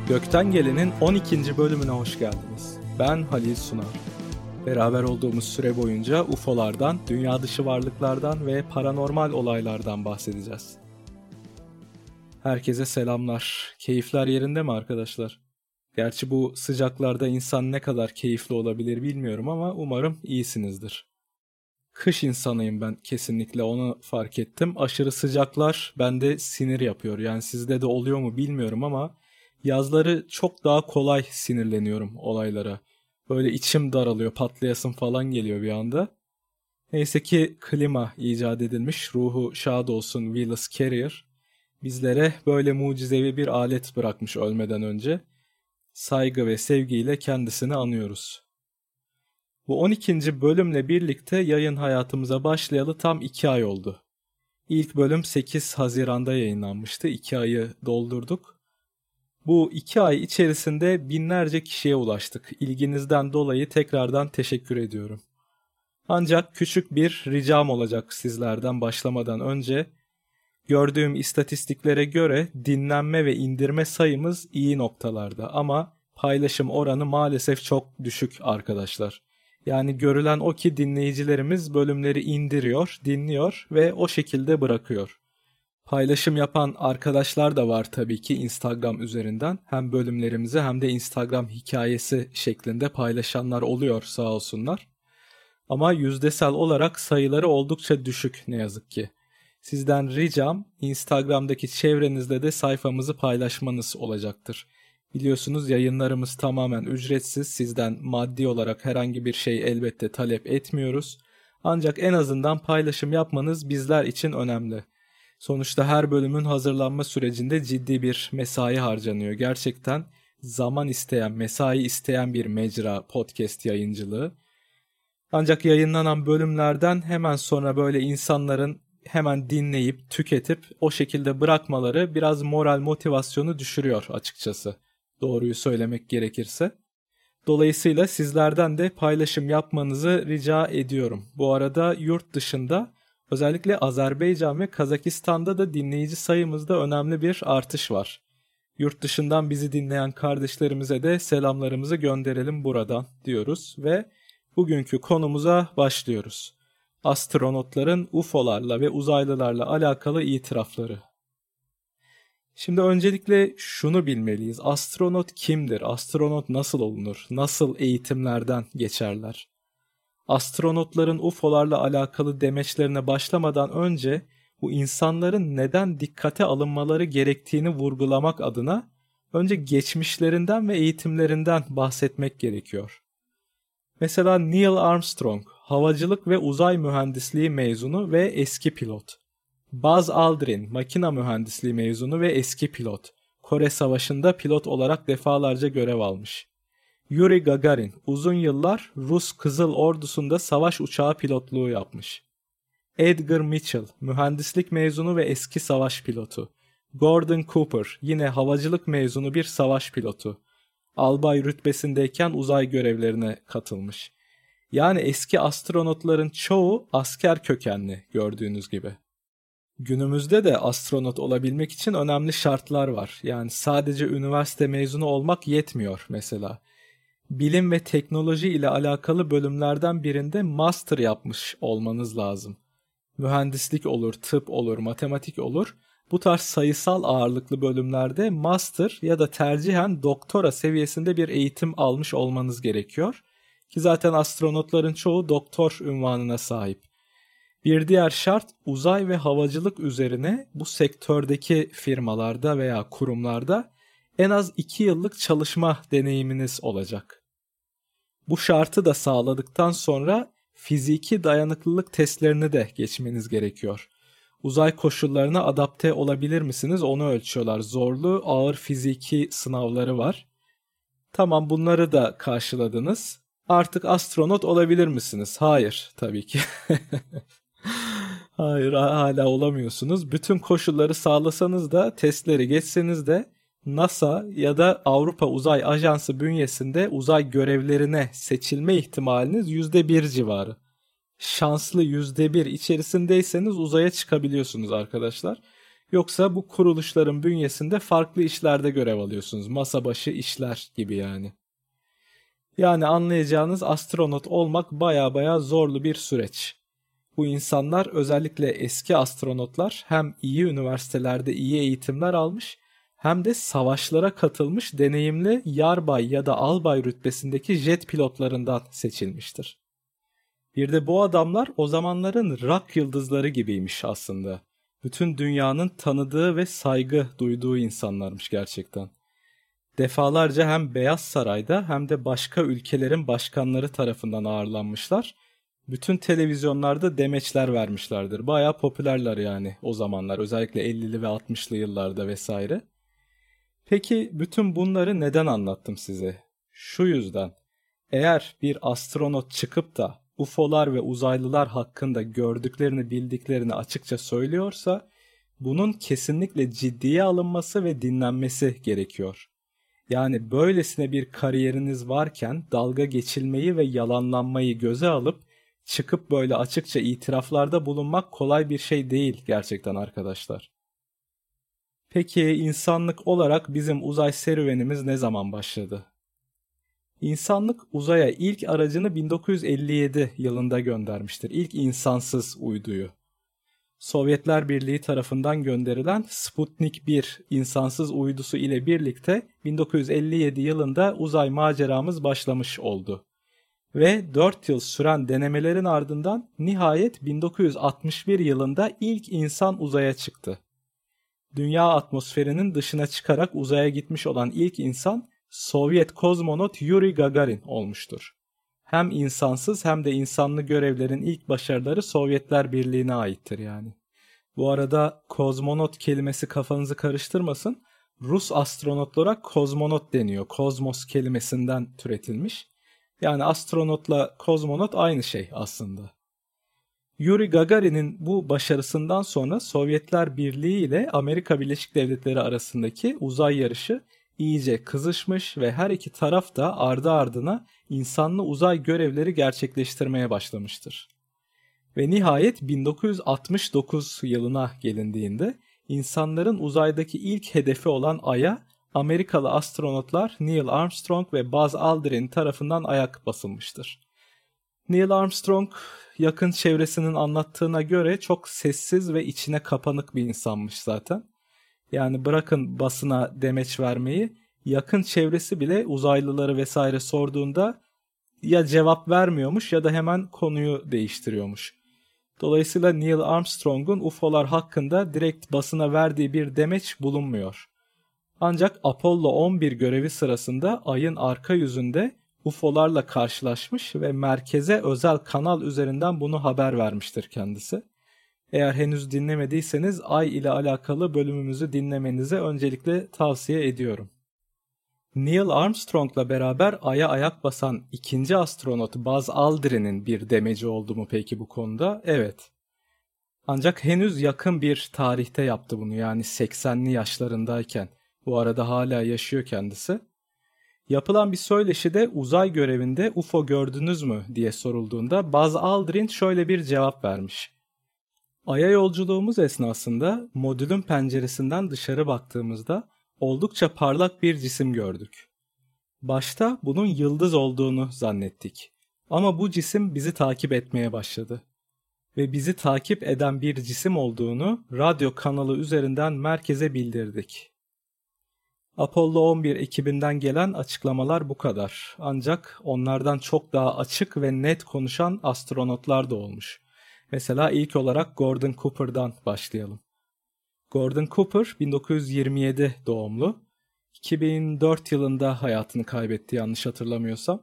Gökten Gelen'in 12. bölümüne hoş geldiniz. Ben Halil Sunar. Beraber olduğumuz süre boyunca UFO'lardan, dünya dışı varlıklardan ve paranormal olaylardan bahsedeceğiz. Herkese selamlar. Keyifler yerinde mi arkadaşlar? Gerçi bu sıcaklarda insan ne kadar keyifli olabilir bilmiyorum ama umarım iyisinizdir. Kış insanıyım ben, kesinlikle onu fark ettim. Aşırı sıcaklar bende sinir yapıyor. Yani sizde de oluyor mu bilmiyorum ama yazları çok daha kolay sinirleniyorum olaylara. Böyle içim daralıyor, patlayasım falan geliyor bir anda. Neyse ki klima icat edilmiş, ruhu şad olsun Willis Carrier. Bizlere böyle mucizevi bir alet bırakmış ölmeden önce. Saygı ve sevgiyle kendisini anıyoruz. Bu 12. bölümle birlikte yayın hayatımıza başlayalı tam 2 ay oldu. İlk bölüm 8 Haziran'da yayınlanmıştı. 2 ayı doldurduk. Bu 2 ay içerisinde binlerce kişiye ulaştık. İlginizden dolayı tekrardan teşekkür ediyorum. Ancak küçük bir ricam olacak sizlerden başlamadan önce. Gördüğüm istatistiklere göre dinlenme ve indirme sayımız iyi noktalarda ama paylaşım oranı maalesef çok düşük arkadaşlar. Yani görülen o ki dinleyicilerimiz bölümleri indiriyor, dinliyor ve o şekilde bırakıyor. Paylaşım yapan arkadaşlar da var tabii ki Instagram üzerinden. Hem bölümlerimizi hem de Instagram hikayesi şeklinde paylaşanlar oluyor sağ olsunlar. Ama yüzdesel olarak sayıları oldukça düşük ne yazık ki. Sizden ricam Instagram'daki çevrenizde de sayfamızı paylaşmanız olacaktır. Biliyorsunuz yayınlarımız tamamen ücretsiz. Sizden maddi olarak herhangi bir şey elbette talep etmiyoruz. Ancak en azından paylaşım yapmanız bizler için önemli. Sonuçta her bölümün hazırlanma sürecinde ciddi bir mesai harcanıyor. Gerçekten zaman isteyen, mesai isteyen bir mecra podcast yayıncılığı. Ancak yayınlanan bölümlerden hemen sonra böyle insanların hemen dinleyip, tüketip o şekilde bırakmaları biraz moral motivasyonu düşürüyor açıkçası. Doğruyu söylemek gerekirse. Dolayısıyla sizlerden de paylaşım yapmanızı rica ediyorum. Bu arada yurt dışında özellikle Azerbaycan ve Kazakistan'da da dinleyici sayımızda önemli bir artış var. Yurt dışından bizi dinleyen kardeşlerimize de selamlarımızı gönderelim buradan diyoruz ve bugünkü konumuza başlıyoruz. Astronotların UFO'larla ve uzaylılarla alakalı itirafları. Şimdi öncelikle şunu bilmeliyiz. Astronot kimdir? Astronot nasıl olunur? Nasıl eğitimlerden geçerler? Astronotların UFO'larla alakalı demeçlerine başlamadan önce bu insanların neden dikkate alınmaları gerektiğini vurgulamak adına önce geçmişlerinden ve eğitimlerinden bahsetmek gerekiyor. Mesela Neil Armstrong, havacılık ve uzay mühendisliği mezunu ve eski pilot. Buzz Aldrin, makina mühendisliği mezunu ve eski pilot. Kore Savaşı'nda pilot olarak defalarca görev almış. Yuri Gagarin, uzun yıllar Rus Kızıl Ordusu'nda savaş uçağı pilotluğu yapmış. Edgar Mitchell, mühendislik mezunu ve eski savaş pilotu. Gordon Cooper, yine havacılık mezunu bir savaş pilotu. Albay rütbesindeyken uzay görevlerine katılmış. Yani eski astronotların çoğu asker kökenli gördüğünüz gibi. Günümüzde de astronot olabilmek için önemli şartlar var. Yani sadece üniversite mezunu olmak yetmiyor mesela. Bilim ve teknoloji ile alakalı bölümlerden birinde master yapmış olmanız lazım. Mühendislik olur, tıp olur, matematik olur. Bu tarz sayısal ağırlıklı bölümlerde master ya da tercihen doktora seviyesinde bir eğitim almış olmanız gerekiyor. Ki zaten astronotların çoğu doktor unvanına sahip. Bir diğer şart uzay ve havacılık üzerine bu sektördeki firmalarda veya kurumlarda en az 2 yıllık çalışma deneyiminiz olacak. Bu şartı da sağladıktan sonra fiziki dayanıklılık testlerini de geçmeniz gerekiyor. Uzay koşullarına adapte olabilir misiniz? Onu ölçüyorlar. Zorlu, ağır fiziki sınavları var. Tamam, bunları da karşıladınız. Artık astronot olabilir misiniz? Hayır, tabii ki. Hayır, hala olamıyorsunuz. Bütün koşulları sağlasanız da, testleri geçseniz de NASA ya da Avrupa Uzay Ajansı bünyesinde uzay görevlerine seçilme ihtimaliniz %1 civarı. Şanslı %1 içerisindeyseniz uzaya çıkabiliyorsunuz arkadaşlar. Yoksa bu kuruluşların bünyesinde farklı işlerde görev alıyorsunuz. Masa başı işler gibi yani. Yani anlayacağınız astronot olmak baya zorlu bir süreç. Bu insanlar, özellikle eski astronotlar, hem iyi üniversitelerde iyi eğitimler almış hem de savaşlara katılmış deneyimli yarbay ya da albay rütbesindeki jet pilotlarından seçilmiştir. Bir de bu adamlar o zamanların rock yıldızları gibiymiş aslında. Bütün dünyanın tanıdığı ve saygı duyduğu insanlarmış gerçekten. Defalarca hem Beyaz Saray'da hem de başka ülkelerin başkanları tarafından ağırlanmışlar. Bütün televizyonlarda demeçler vermişlerdir. Bayağı popülerler yani o zamanlar, özellikle 50'li ve 60'lı yıllarda vesaire. Peki bütün bunları neden anlattım size? Şu yüzden. Eğer bir astronot çıkıp da UFO'lar ve uzaylılar hakkında gördüklerini, bildiklerini açıkça söylüyorsa, bunun kesinlikle ciddiye alınması ve dinlenmesi gerekiyor. Yani böylesine bir kariyeriniz varken dalga geçilmeyi ve yalanlanmayı göze alıp çıkıp böyle açıkça itiraflarda bulunmak kolay bir şey değil gerçekten arkadaşlar. Peki insanlık olarak bizim uzay serüvenimiz ne zaman başladı? İnsanlık uzaya ilk aracını 1957 yılında göndermiştir. İlk insansız uyduyu. Sovyetler Birliği tarafından gönderilen Sputnik 1 insansız uydusu ile birlikte 1957 yılında uzay maceramız başlamış oldu. Ve 4 yıl süren denemelerin ardından nihayet 1961 yılında ilk insan uzaya çıktı. Dünya atmosferinin dışına çıkarak uzaya gitmiş olan ilk insan Sovyet kozmonot Yuri Gagarin olmuştur. Hem insansız hem de insanlı görevlerin ilk başarıları Sovyetler Birliği'ne aittir yani. Bu arada kozmonot kelimesi kafanızı karıştırmasın. Rus astronotlara kozmonot deniyor. Kozmos kelimesinden türetilmiş. Yani astronotla kozmonot aynı şey aslında. Yuri Gagarin'in bu başarısından sonra Sovyetler Birliği ile Amerika Birleşik Devletleri arasındaki uzay yarışı iyice kızışmış ve her iki taraf da ardı ardına insanlı uzay görevleri gerçekleştirmeye başlamıştır. Ve nihayet 1969 yılına gelindiğinde insanların uzaydaki ilk hedefi olan Ay'a Amerikalı astronotlar Neil Armstrong ve Buzz Aldrin tarafından ayak basılmıştır. Neil Armstrong yakın çevresinin anlattığına göre çok sessiz ve içine kapanık bir insanmış zaten. Yani bırakın basına demeç vermeyi, yakın çevresi bile uzaylıları vesaire sorduğunda ya cevap vermiyormuş ya da hemen konuyu değiştiriyormuş. Dolayısıyla Neil Armstrong'un UFO'lar hakkında direkt basına verdiği bir demeç bulunmuyor. Ancak Apollo 11 görevi sırasında Ay'ın arka yüzünde UFO'larla karşılaşmış ve merkeze özel kanal üzerinden bunu haber vermiştir kendisi. Eğer henüz dinlemediyseniz Ay ile alakalı bölümümüzü dinlemenizi öncelikle tavsiye ediyorum. Neil Armstrong'la beraber Ay'a ayak basan ikinci astronot Buzz Aldrin'in bir demeci oldu mu peki bu konuda? Evet. Ancak henüz yakın bir tarihte yaptı bunu, yani 80'li yaşlarındayken. Bu arada hala yaşıyor kendisi. Yapılan bir söyleşide uzay görevinde UFO gördünüz mü diye sorulduğunda Buzz Aldrin şöyle bir cevap vermiş. Ay'a yolculuğumuz esnasında modülün penceresinden dışarı baktığımızda oldukça parlak bir cisim gördük. Başta bunun yıldız olduğunu zannettik. Ama bu cisim bizi takip etmeye başladı. Ve bizi takip eden bir cisim olduğunu radyo kanalı üzerinden merkeze bildirdik. Apollo 11 ekibinden gelen açıklamalar bu kadar. Ancak onlardan çok daha açık ve net konuşan astronotlar da olmuş. Mesela ilk olarak Gordon Cooper'dan başlayalım. Gordon Cooper 1927 doğumlu. 2004 yılında hayatını kaybetti yanlış hatırlamıyorsam.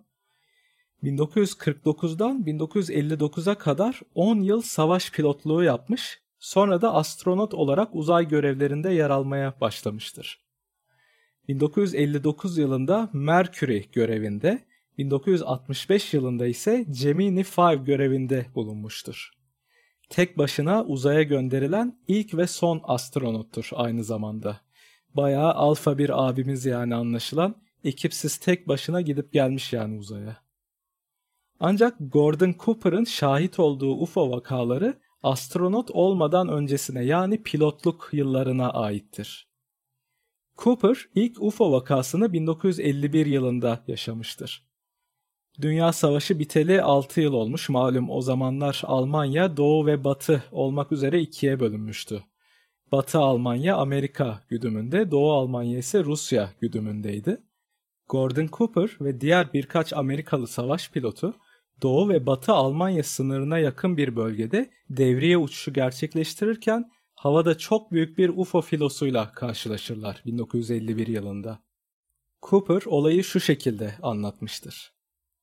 1949'dan 1959'a kadar 10 yıl savaş pilotluğu yapmış. Sonra da astronot olarak uzay görevlerinde yer almaya başlamıştır. 1959 yılında Mercury görevinde, 1965 yılında ise Gemini 5 görevinde bulunmuştur. Tek başına uzaya gönderilen ilk ve son astronottur aynı zamanda. Bayağı alfa bir abimiz yani anlaşılan. Ekipsiz tek başına gidip gelmiş yani uzaya. Ancak Gordon Cooper'ın şahit olduğu UFO vakaları astronot olmadan öncesine yani pilotluk yıllarına aittir. Cooper ilk UFO vakasını 1951 yılında yaşamıştır. Dünya Savaşı biteli 6 yıl olmuş. Malum o zamanlar Almanya Doğu ve Batı olmak üzere ikiye bölünmüştü. Batı Almanya Amerika güdümünde, Doğu Almanya ise Rusya güdümündeydi. Gordon Cooper ve diğer birkaç Amerikalı savaş pilotu Doğu ve Batı Almanya sınırına yakın bir bölgede devriye uçuşu gerçekleştirirken havada çok büyük bir UFO filosuyla karşılaşırlar 1951 yılında. Cooper olayı şu şekilde anlatmıştır.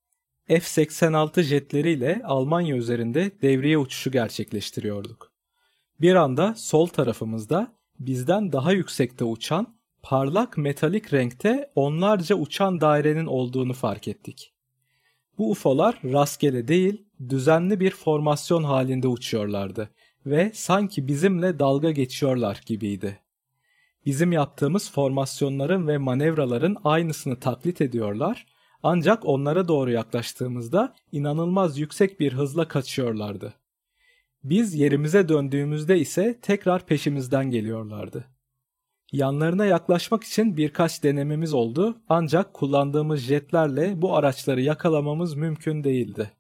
F-86 jetleriyle Almanya üzerinde devriye uçuşu gerçekleştiriyorduk. Bir anda sol tarafımızda bizden daha yüksekte uçan, parlak metalik renkte onlarca uçan dairenin olduğunu fark ettik. Bu UFO'lar rastgele değil, düzenli bir formasyon halinde uçuyorlardı ve sanki bizimle dalga geçiyorlar gibiydi. Bizim yaptığımız formasyonların ve manevraların aynısını taklit ediyorlar, ancak onlara doğru yaklaştığımızda inanılmaz yüksek bir hızla kaçıyorlardı. Biz yerimize döndüğümüzde ise tekrar peşimizden geliyorlardı. Yanlarına yaklaşmak için birkaç denememiz oldu, ancak kullandığımız jetlerle bu araçları yakalamamız mümkün değildi.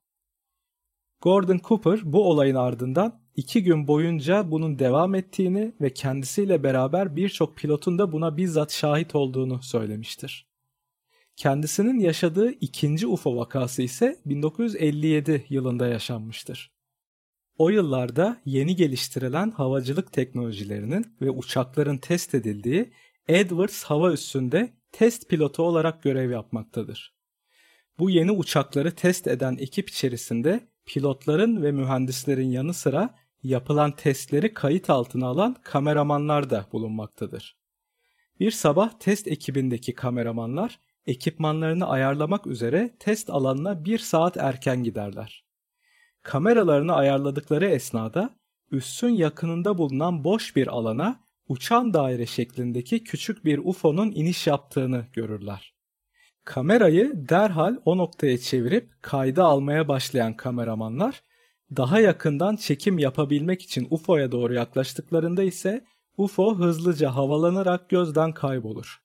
Gordon Cooper bu olayın ardından 2 gün boyunca bunun devam ettiğini ve kendisiyle beraber birçok pilotun da buna bizzat şahit olduğunu söylemiştir. Kendisinin yaşadığı ikinci UFO vakası ise 1957 yılında yaşanmıştır. O yıllarda yeni geliştirilen havacılık teknolojilerinin ve uçakların test edildiği Edwards Hava Üssü'nde test pilotu olarak görev yapmaktadır. Bu yeni uçakları test eden ekip içerisinde pilotların ve mühendislerin yanı sıra yapılan testleri kayıt altına alan kameramanlar da bulunmaktadır. Bir sabah test ekibindeki kameramanlar ekipmanlarını ayarlamak üzere test alanına 1 saat erken giderler. Kameralarını ayarladıkları esnada üssün yakınında bulunan boş bir alana uçan daire şeklindeki küçük bir UFO'nun iniş yaptığını görürler. Kamerayı derhal o noktaya çevirip kayda almaya başlayan kameramanlar daha yakından çekim yapabilmek için UFO'ya doğru yaklaştıklarında ise UFO hızlıca havalanarak gözden kaybolur.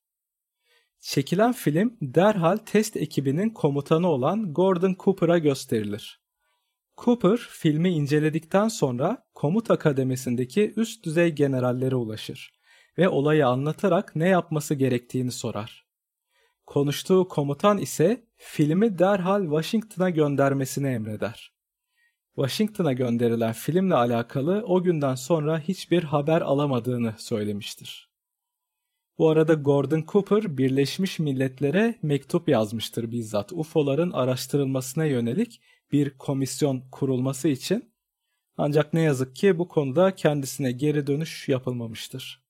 Çekilen film derhal test ekibinin komutanı olan Gordon Cooper'a gösterilir. Cooper filmi inceledikten sonra komuta kademesindeki üst düzey generallere ulaşır ve olayı anlatarak ne yapması gerektiğini sorar. Konuştuğu komutan ise filmi derhal Washington'a göndermesini emreder. Washington'a gönderilen filmle alakalı o günden sonra hiçbir haber alamadığını söylemiştir. Bu arada Gordon Cooper Birleşmiş Milletler'e mektup yazmıştır bizzat UFO'ların araştırılmasına yönelik bir komisyon kurulması için. Ancak ne yazık ki bu konuda kendisine geri dönüş yapılmamıştır.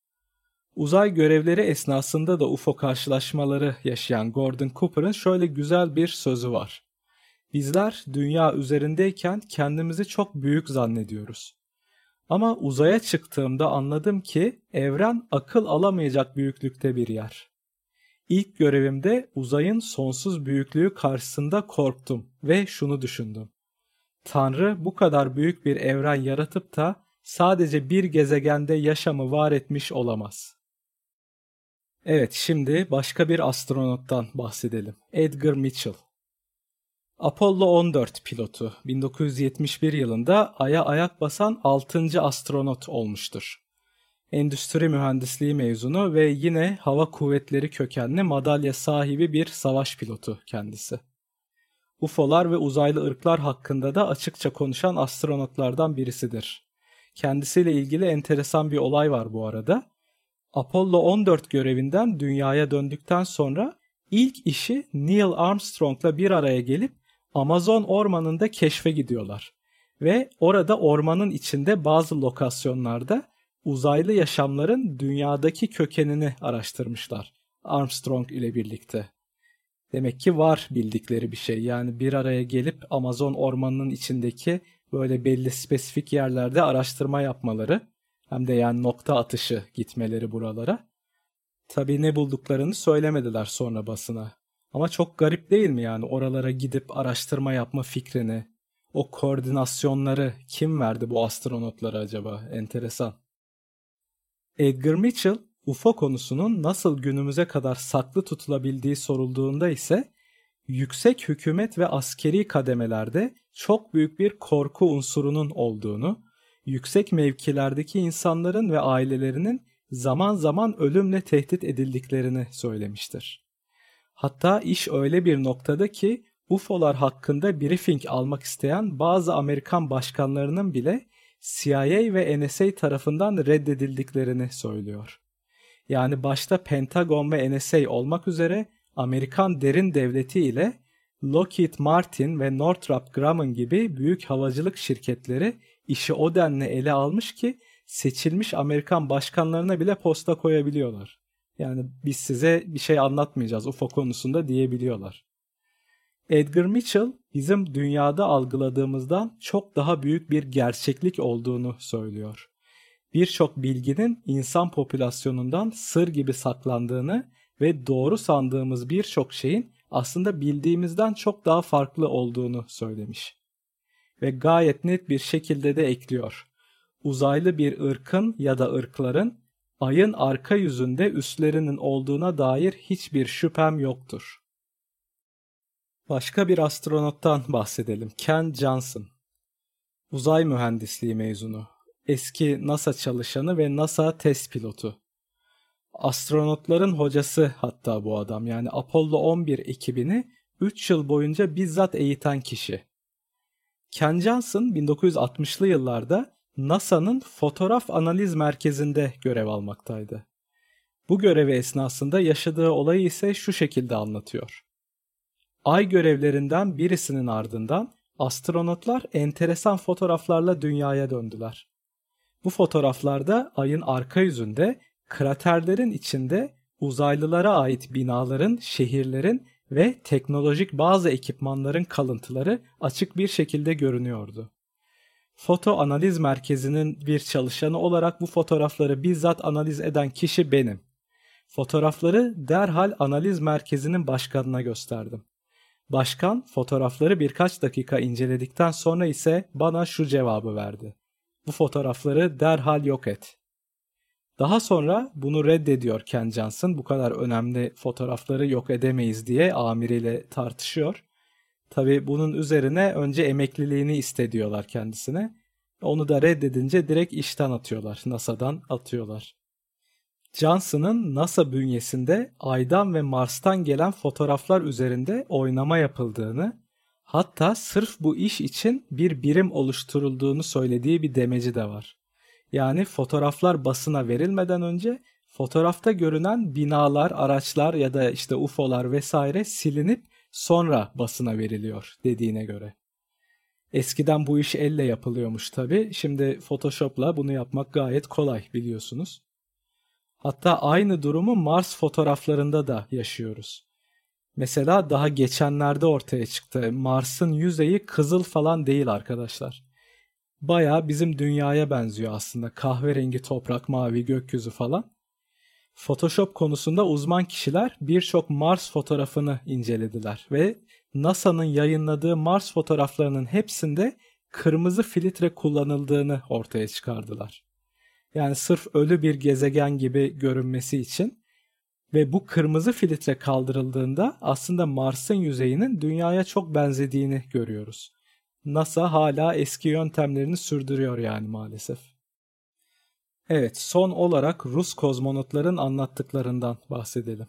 Uzay görevleri esnasında da UFO karşılaşmaları yaşayan Gordon Cooper'ın şöyle güzel bir sözü var. Bizler dünya üzerindeyken kendimizi çok büyük zannediyoruz. Ama uzaya çıktığımda anladım ki evren akıl alamayacak büyüklükte bir yer. İlk görevimde uzayın sonsuz büyüklüğü karşısında korktum ve şunu düşündüm. Tanrı bu kadar büyük bir evren yaratıp da sadece bir gezegende yaşamı var etmiş olamaz. Evet, şimdi başka bir astronottan bahsedelim. Edgar Mitchell. Apollo 14 pilotu 1971 yılında Ay'a ayak basan 6. astronot olmuştur. Endüstri mühendisliği mezunu ve yine hava kuvvetleri kökenli madalya sahibi bir savaş pilotu kendisi. UFO'lar ve uzaylı ırklar hakkında da açıkça konuşan astronotlardan birisidir. Kendisiyle ilgili enteresan bir olay var bu arada. Apollo 14 görevinden dünyaya döndükten sonra ilk işi Neil Armstrong'la bir araya gelip Amazon ormanında keşfe gidiyorlar. Ve orada ormanın içinde bazı lokasyonlarda uzaylı yaşamların dünyadaki kökenini araştırmışlar Armstrong ile birlikte. Demek ki var bildikleri bir şey. Yani bir araya gelip Amazon ormanının içindeki böyle belli spesifik yerlerde araştırma yapmaları, hem de yani nokta atışı gitmeleri buralara. Tabii ne bulduklarını söylemediler sonra basına. Ama çok garip değil mi yani oralara gidip araştırma yapma fikrini, O koordinasyonları kim verdi bu astronotlara acaba? Enteresan. Edgar Mitchell, UFO konusunun nasıl günümüze kadar saklı tutulabildiği sorulduğunda ise yüksek hükümet ve askeri kademelerde çok büyük bir korku unsurunun olduğunu, yüksek mevkilerdeki insanların ve ailelerinin zaman zaman ölümle tehdit edildiklerini söylemiştir. Hatta iş öyle bir noktada ki UFO'lar hakkında briefing almak isteyen bazı Amerikan başkanlarının bile CIA ve NSA tarafından reddedildiklerini söylüyor. Yani başta Pentagon ve NSA olmak üzere Amerikan derin devleti ile Lockheed Martin ve Northrop Grumman gibi büyük havacılık şirketleri işi o denli ele almış ki seçilmiş Amerikan başkanlarına bile posta koyabiliyorlar. Yani biz size bir şey anlatmayacağız UFO konusunda diyebiliyorlar. Edgar Mitchell bizim dünyada algıladığımızdan çok daha büyük bir gerçeklik olduğunu söylüyor. Birçok bilginin insan popülasyonundan sır gibi saklandığını ve doğru sandığımız birçok şeyin aslında bildiğimizden çok daha farklı olduğunu söylemiş. Ve gayet net bir şekilde de ekliyor. Uzaylı bir ırkın ya da ırkların ayın arka yüzünde üslerinin olduğuna dair hiçbir şüphem yoktur. Başka bir astronottan bahsedelim. Ken Johnson. Uzay mühendisliği mezunu. Eski NASA çalışanı ve NASA test pilotu. Astronotların hocası hatta bu adam. Yani Apollo 11 ekibini 3 yıl boyunca bizzat eğiten kişi. Ken Johnson 1960'lı yıllarda NASA'nın fotoğraf analiz merkezinde görev almaktaydı. Bu görevi esnasında yaşadığı olayı ise şu şekilde anlatıyor. Ay görevlerinden birisinin ardından astronotlar enteresan fotoğraflarla dünyaya döndüler. Bu fotoğraflarda ayın arka yüzünde, kraterlerin içinde uzaylılara ait binaların, şehirlerin ve teknolojik bazı ekipmanların kalıntıları açık bir şekilde görünüyordu. Foto Analiz Merkezi'nin bir çalışanı olarak bu fotoğrafları bizzat analiz eden kişi benim. Fotoğrafları derhal analiz merkezinin başkanına gösterdim. Başkan fotoğrafları birkaç dakika inceledikten sonra ise bana şu cevabı verdi. Bu fotoğrafları derhal yok et. Daha sonra bunu reddediyor Ken Johnson. Bu kadar önemli fotoğrafları yok edemeyiz diye amiriyle tartışıyor. Tabii bunun üzerine önce emekliliğini istediyorlar kendisine. Onu da reddedince direkt işten atıyorlar. NASA'dan atıyorlar. Johnson'ın NASA bünyesinde Ay'dan ve Mars'tan gelen fotoğraflar üzerinde oynama yapıldığını, hatta sırf bu iş için bir birim oluşturulduğunu söylediği bir demeci de var. Yani fotoğraflar basına verilmeden önce fotoğrafta görünen binalar, araçlar ya da işte UFO'lar vesaire silinip sonra basına veriliyor dediğine göre. Eskiden bu iş elle yapılıyormuş tabii. Şimdi Photoshop'la bunu yapmak gayet kolay biliyorsunuz. Hatta aynı durumu Mars fotoğraflarında da yaşıyoruz. Mesela daha geçenlerde ortaya çıktı. Mars'ın yüzeyi kızıl falan değil arkadaşlar. Bayağı bizim dünyaya benziyor aslında. Kahverengi toprak, mavi gökyüzü falan. Photoshop konusunda uzman kişiler birçok Mars fotoğrafını incelediler ve NASA'nın yayınladığı Mars fotoğraflarının hepsinde kırmızı filtre kullanıldığını ortaya çıkardılar. Yani sırf ölü bir gezegen gibi görünmesi için ve bu kırmızı filtre kaldırıldığında aslında Mars'ın yüzeyinin dünyaya çok benzediğini görüyoruz. NASA hala eski yöntemlerini sürdürüyor yani maalesef. Evet, son olarak Rus kozmonotların anlattıklarından bahsedelim.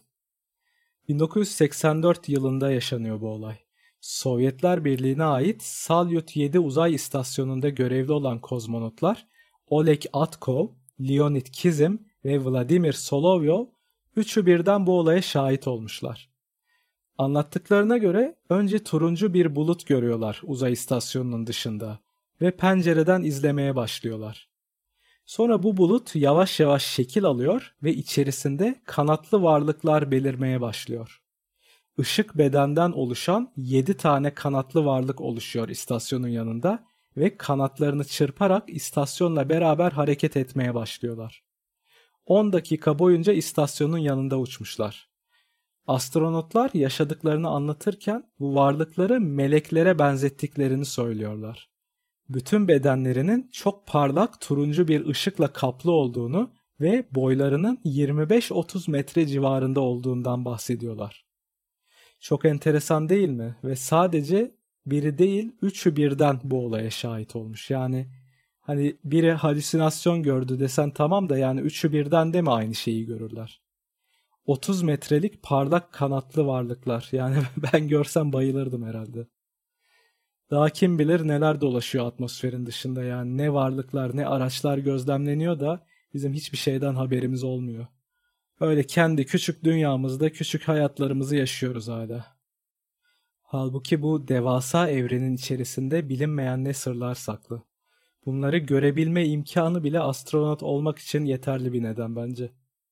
1984 yılında yaşanıyor bu olay. Sovyetler Birliği'ne ait Salyut 7 uzay istasyonunda görevli olan kozmonotlar Oleg Atkov, Leonid Kizim ve Vladimir Solovyov üçü birden bu olaya şahit olmuşlar. Anlattıklarına göre önce turuncu bir bulut görüyorlar uzay istasyonunun dışında ve pencereden izlemeye başlıyorlar. Sonra bu bulut yavaş yavaş şekil alıyor ve içerisinde kanatlı varlıklar belirmeye başlıyor. Işık bedenden oluşan 7 tane kanatlı varlık oluşuyor istasyonun yanında ve kanatlarını çırparak istasyonla beraber hareket etmeye başlıyorlar. 10 dakika boyunca istasyonun yanında uçmuşlar. Astronotlar yaşadıklarını anlatırken bu varlıkları meleklere benzettiklerini söylüyorlar. Bütün bedenlerinin çok parlak turuncu bir ışıkla kaplı olduğunu ve boylarının 25-30 metre civarında olduğundan bahsediyorlar. Çok enteresan değil mi? Ve sadece biri değil, üçü birden bu olaya şahit olmuş. Yani hani biri halüsinasyon gördü desen tamam da yani üçü birden de mi aynı şeyi görürler? 30 metrelik parlak kanatlı varlıklar. Yani ben görsem bayılırdım herhalde. Daha kim bilir neler dolaşıyor atmosferin dışında yani ne varlıklar ne araçlar gözlemleniyor da bizim hiçbir şeyden haberimiz olmuyor. Öyle kendi küçük dünyamızda küçük hayatlarımızı yaşıyoruz hala. Halbuki bu devasa evrenin içerisinde bilinmeyen ne sırlar saklı. Bunları görebilme imkanı bile astronot olmak için yeterli bir neden bence.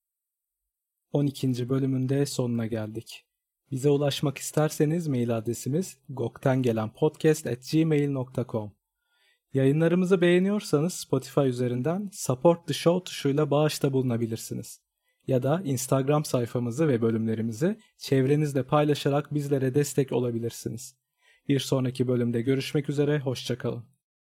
12. bölümün de sonuna geldik. Bize ulaşmak isterseniz mail adresimiz goktengelenpodcast@gmail.com. Yayınlarımızı beğeniyorsanız Spotify üzerinden Support the Show tuşuyla bağışta bulunabilirsiniz. Ya da Instagram sayfamızı ve bölümlerimizi çevrenizde paylaşarak bizlere destek olabilirsiniz. Bir sonraki bölümde görüşmek üzere, hoşça kalın.